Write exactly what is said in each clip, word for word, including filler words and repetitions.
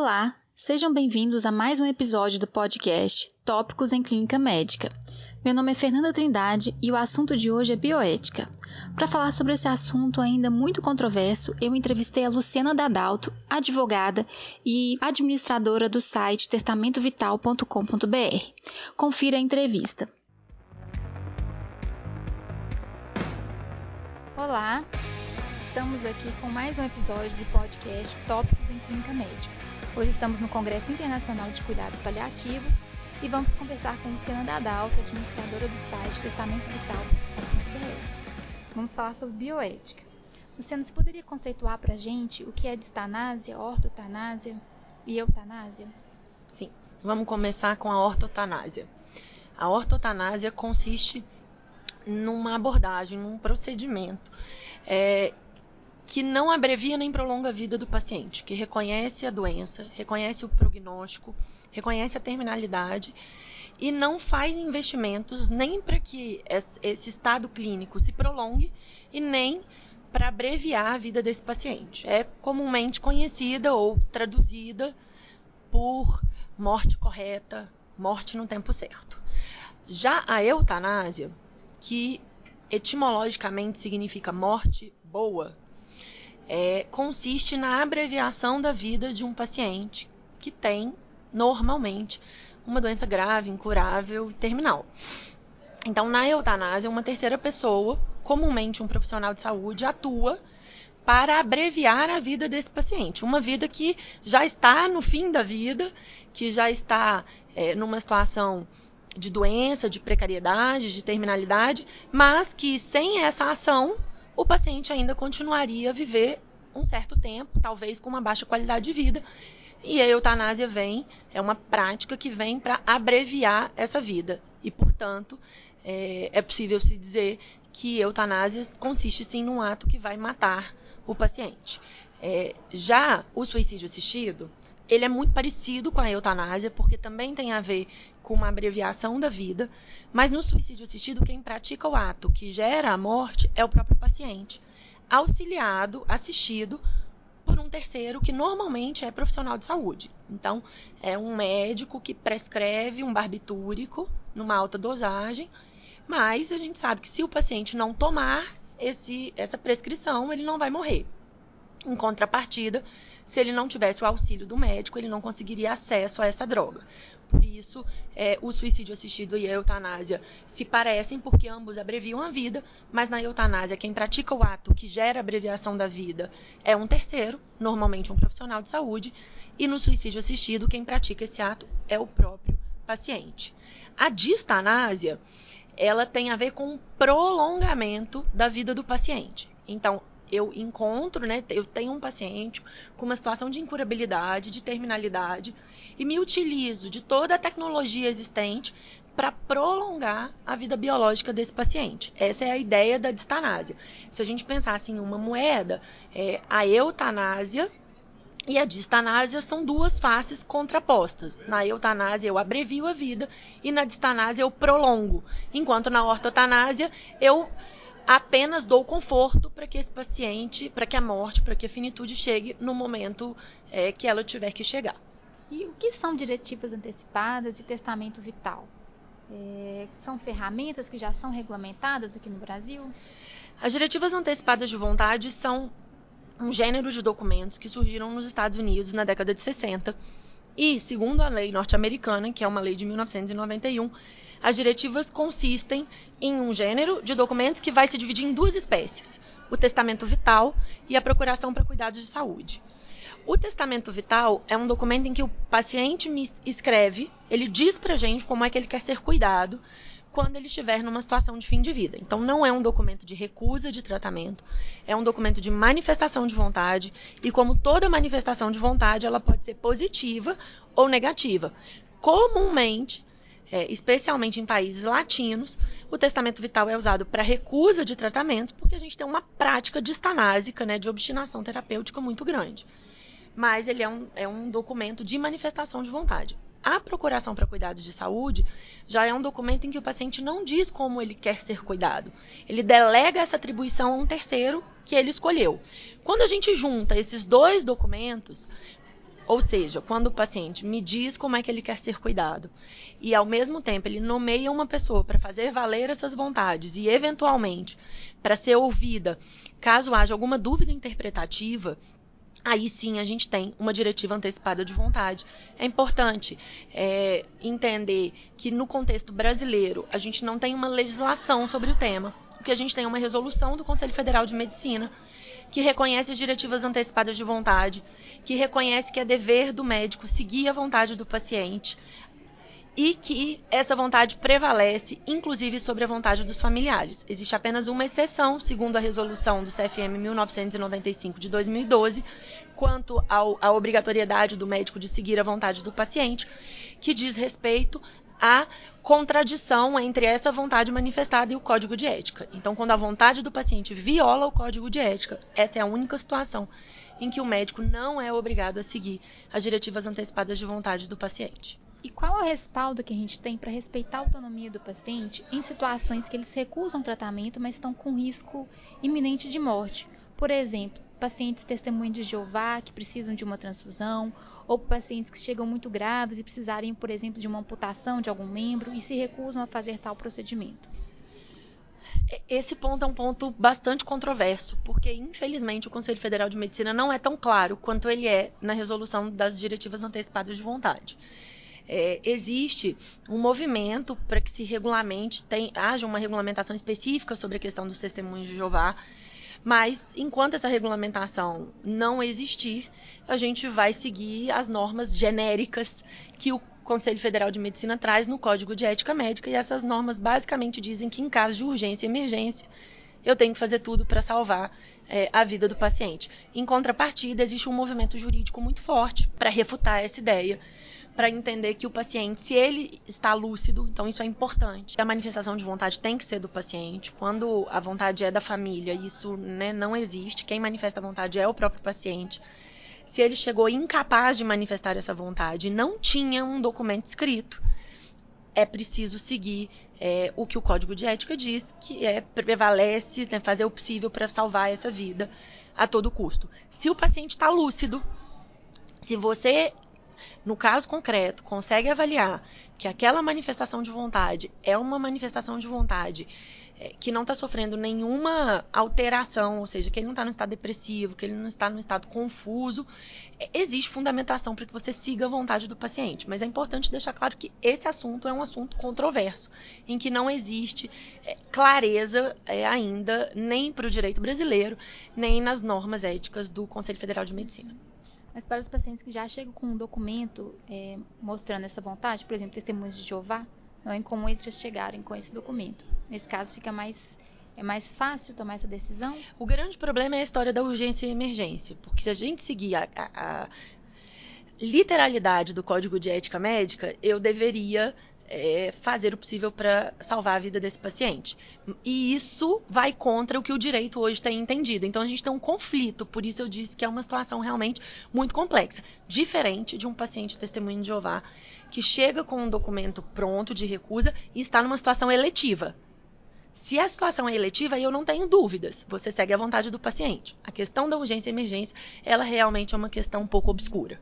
Olá, sejam bem-vindos a mais um episódio do podcast Tópicos em Clínica Médica. Meu nome é Fernanda Trindade e o assunto de hoje é bioética. Para falar sobre esse assunto ainda muito controverso, eu entrevistei a Luciana Dadalto, advogada e administradora do site testamento vital ponto com ponto b r. Confira a entrevista. Olá, estamos aqui com mais um episódio do podcast Tópicos em Clínica Médica. Hoje estamos no Congresso Internacional de Cuidados Paliativos e vamos conversar com Luciana Dadalto, administradora do site testamento vital ponto com ponto b r. Vamos falar sobre bioética. Luciana, você poderia conceituar para a gente o que é distanásia, ortotanásia e eutanásia? Sim, vamos começar com a ortotanásia. A ortotanásia consiste numa abordagem, num procedimento é, que não abrevia nem prolonga a vida do paciente, que reconhece a doença, reconhece o prognóstico, reconhece a terminalidade e não faz investimentos nem para que esse estado clínico se prolongue e nem para abreviar a vida desse paciente. É comumente conhecida ou traduzida por morte correta, morte no tempo certo. Já a eutanásia, que etimologicamente significa morte boa, é, consiste na abreviação da vida de um paciente que tem, normalmente, uma doença grave, incurável e terminal. Então, na eutanásia, uma terceira pessoa, comumente um profissional de saúde, atua para abreviar a vida desse paciente. Uma vida que já está no fim da vida, que já está é, numa situação de doença, de precariedade, de terminalidade, mas que sem essa ação, o paciente ainda continuaria a viver um certo tempo, talvez com uma baixa qualidade de vida. E a eutanásia vem, é uma prática que vem para abreviar essa vida. E, portanto, é, é possível se dizer que eutanásia consiste sim num ato que vai matar o paciente. É, já o suicídio assistido, ele é muito parecido com a eutanásia, porque também tem a ver com uma abreviação da vida, mas no suicídio assistido, quem pratica o ato que gera a morte é o próprio paciente, auxiliado, assistido por um terceiro que normalmente é profissional de saúde. Então, é um médico que prescreve um barbitúrico numa alta dosagem, mas a gente sabe que se o paciente não tomar esse, essa prescrição, ele não vai morrer. Em contrapartida, se ele não tivesse o auxílio do médico, ele não conseguiria acesso a essa droga. Por isso, é, o suicídio assistido e a eutanásia se parecem porque ambos abreviam a vida, mas na eutanásia quem pratica o ato que gera a abreviação da vida é um terceiro, normalmente um profissional de saúde, e no suicídio assistido quem pratica esse ato é o próprio paciente. A distanásia, ela tem a ver com o prolongamento da vida do paciente. Então, eu encontro, né, eu tenho um paciente com uma situação de incurabilidade, de terminalidade, e me utilizo de toda a tecnologia existente para prolongar a vida biológica desse paciente. Essa é a ideia da distanásia. Se a gente pensasse em uma moeda, é, a eutanásia e a distanásia são duas faces contrapostas. Na eutanásia eu abrevio a vida e na distanásia eu prolongo, enquanto na ortotanásia eu apenas dou conforto para que esse paciente, para que a morte, para que a finitude chegue no momento é, que ela tiver que chegar. E o que são diretivas antecipadas e testamento vital? É, são ferramentas que já são regulamentadas aqui no Brasil? As diretivas antecipadas de vontade são um gênero de documentos que surgiram nos Estados Unidos na década de sessenta e, segundo a lei norte-americana, que é uma lei de mil novecentos e noventa e um, as diretivas consistem em um gênero de documentos que vai se dividir em duas espécies, o testamento vital e a procuração para cuidados de saúde. O testamento vital é um documento em que o paciente me escreve, ele diz para a gente como é que ele quer ser cuidado quando ele estiver numa situação de fim de vida. Então, não é um documento de recusa de tratamento, é um documento de manifestação de vontade, e como toda manifestação de vontade, ela pode ser positiva ou negativa. Comumente, é, especialmente em países latinos, o testamento vital é usado para recusa de tratamento, porque a gente tem uma prática distanásica, né, de obstinação terapêutica muito grande. Mas ele é um, é um documento de manifestação de vontade. A procuração para cuidados de saúde já é um documento em que o paciente não diz como ele quer ser cuidado. Ele delega essa atribuição a um terceiro que ele escolheu. Quando a gente junta esses dois documentos, Ou seja, quando o paciente me diz como é que ele quer ser cuidado e, ao mesmo tempo, ele nomeia uma pessoa para fazer valer essas vontades e, eventualmente, para ser ouvida, caso haja alguma dúvida interpretativa, aí sim a gente tem uma diretiva antecipada de vontade. É importante é, entender que, no contexto brasileiro, a gente não tem uma legislação sobre o tema, porque a gente tem uma resolução do Conselho Federal de Medicina que reconhece as diretivas antecipadas de vontade, que reconhece que é dever do médico seguir a vontade do paciente e que essa vontade prevalece, inclusive, sobre a vontade dos familiares. Existe apenas uma exceção, segundo a resolução do C F M mil novecentos e noventa e cinco de dois mil e doze, quanto ao, à obrigatoriedade do médico de seguir a vontade do paciente, que diz respeito à contradição entre essa vontade manifestada e o código de ética. Então, quando a vontade do paciente viola o código de ética, essa é a única situação em que o médico não é obrigado a seguir as diretivas antecipadas de vontade do paciente. E qual é o respaldo que a gente tem para respeitar a autonomia do paciente em situações que eles recusam tratamento, mas estão com risco iminente de morte? Por exemplo, pacientes testemunhas de Jeová que precisam de uma transfusão, ou pacientes que chegam muito graves e precisarem, por exemplo, de uma amputação de algum membro e se recusam a fazer tal procedimento. Esse ponto é um ponto bastante controverso, porque, infelizmente, o Conselho Federal de Medicina não é tão claro quanto ele é na resolução das diretivas antecipadas de vontade. É, existe um movimento para que se regulamente, tem, haja uma regulamentação específica sobre a questão dos testemunhos de Jeová, mas, enquanto essa regulamentação não existir, a gente vai seguir as normas genéricas que o Conselho Federal de Medicina traz no Código de Ética Médica, e essas normas basicamente dizem que, em caso de urgência e emergência, eu tenho que fazer tudo para salvar é, a vida do paciente. Em contrapartida, existe um movimento jurídico muito forte para refutar essa ideia, para entender que o paciente, se ele está lúcido, então isso é importante. A manifestação de vontade tem que ser do paciente. Quando a vontade é da família, isso, né, não existe. Quem manifesta a vontade é o próprio paciente. Se ele chegou incapaz de manifestar essa vontade e não tinha um documento escrito, é preciso seguir é, o que o Código de Ética diz, que é prevalece, né, fazer o possível para salvar essa vida a todo custo. Se o paciente está lúcido, se você, no caso concreto, consegue avaliar que aquela manifestação de vontade é uma manifestação de vontade é, que não está sofrendo nenhuma alteração, ou seja, que ele não está no estado depressivo, que ele não está no estado confuso, é, existe fundamentação para que você siga a vontade do paciente. Mas é importante deixar claro que esse assunto é um assunto controverso, em que não existe é, clareza é, ainda, nem para o direito brasileiro, nem nas normas éticas do Conselho Federal de Medicina. Mas para os pacientes que já chegam com um documento é, mostrando essa vontade, por exemplo, testemunhos de Jeová, não é incomum eles já chegarem com esse documento. Nesse caso, fica mais, é mais fácil tomar essa decisão? O grande problema é a história da urgência e emergência, porque se a gente seguir a, a, a literalidade do Código de Ética Médica, eu deveria é, fazer o possível para salvar a vida desse paciente. E isso vai contra o que o direito hoje tem entendido. Então, a gente tem um conflito, por isso eu disse que é uma situação realmente muito complexa. Diferente de um paciente testemunho de Jeová que chega com um documento pronto de recusa e está numa situação eletiva. Se a situação é eletiva, eu não tenho dúvidas. Você segue a vontade do paciente. A questão da urgência e emergência, ela realmente é uma questão um pouco obscura.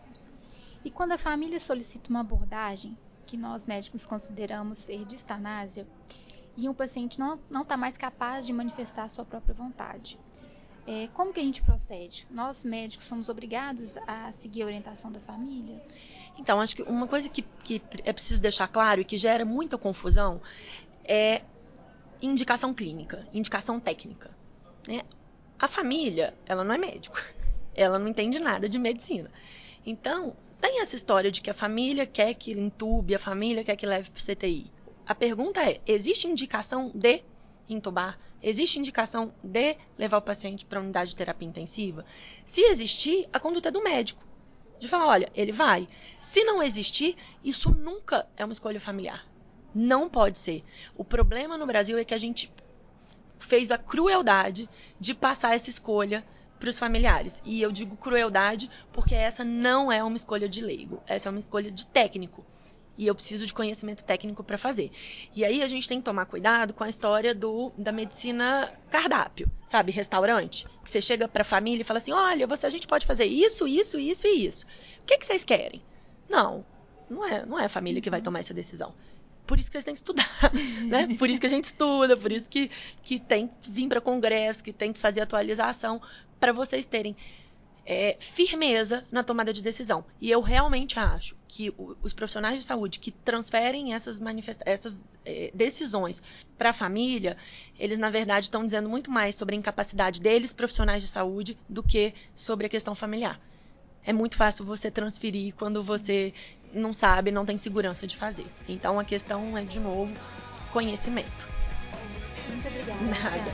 E quando a família solicita uma abordagem, que nós médicos consideramos ser distanásia, e um paciente não está mais capaz de manifestar a sua própria vontade, é, como que a gente procede? Nós médicos somos obrigados a seguir a orientação da família? Então, acho que uma coisa que, que é preciso deixar claro e que gera muita confusão é indicação clínica, indicação técnica. Né? A família, ela não é médico, ela não entende nada de medicina. Então, tem essa história de que a família quer que entube, a família quer que leve para o C T I. A pergunta é, existe indicação de intubar? Existe indicação de levar o paciente para a unidade de terapia intensiva? Se existir, a conduta é do médico. De falar, olha, ele vai. Se não existir, isso nunca é uma escolha familiar. Não pode ser. O problema no Brasil é que a gente fez a crueldade de passar essa escolha para os familiares. E eu digo crueldade porque essa não é uma escolha de leigo, essa é uma escolha de técnico. E eu preciso de conhecimento técnico para fazer. E aí a gente tem que tomar cuidado com a história do, da medicina cardápio, sabe? Restaurante. Que você chega para a família e fala assim, olha, você, a gente pode fazer isso, isso, isso e isso. O que, que vocês querem? Não, não é, não é a família que vai tomar essa decisão. Por isso que vocês têm que estudar, né? Por isso que a gente estuda, por isso que, que tem que vir para congresso, que tem que fazer atualização, para vocês terem É, firmeza na tomada de decisão. E eu realmente acho que o, os profissionais de saúde que transferem essas, manifesta- essas é, decisões para a família, eles, na verdade, estão dizendo muito mais sobre a incapacidade deles, profissionais de saúde, do que sobre a questão familiar. É muito fácil você transferir quando você não sabe, não tem segurança de fazer. Então, a questão é, de novo, conhecimento. Muito obrigada. Nada.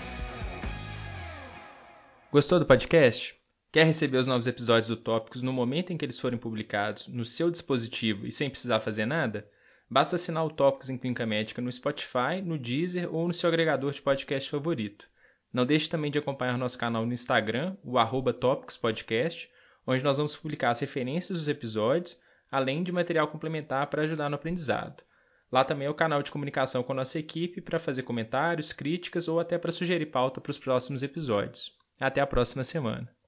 Gostou do podcast? Quer receber os novos episódios do Tópicos no momento em que eles forem publicados, no seu dispositivo e sem precisar fazer nada? Basta assinar o Tópicos em Clínica Médica no Spotify, no Deezer ou no seu agregador de podcast favorito. Não deixe também de acompanhar nosso canal no Instagram, o arroba Tópicos Podcast, onde nós vamos publicar as referências dos episódios, além de material complementar para ajudar no aprendizado. Lá também é o canal de comunicação com a nossa equipe para fazer comentários, críticas ou até para sugerir pauta para os próximos episódios. Até a próxima semana.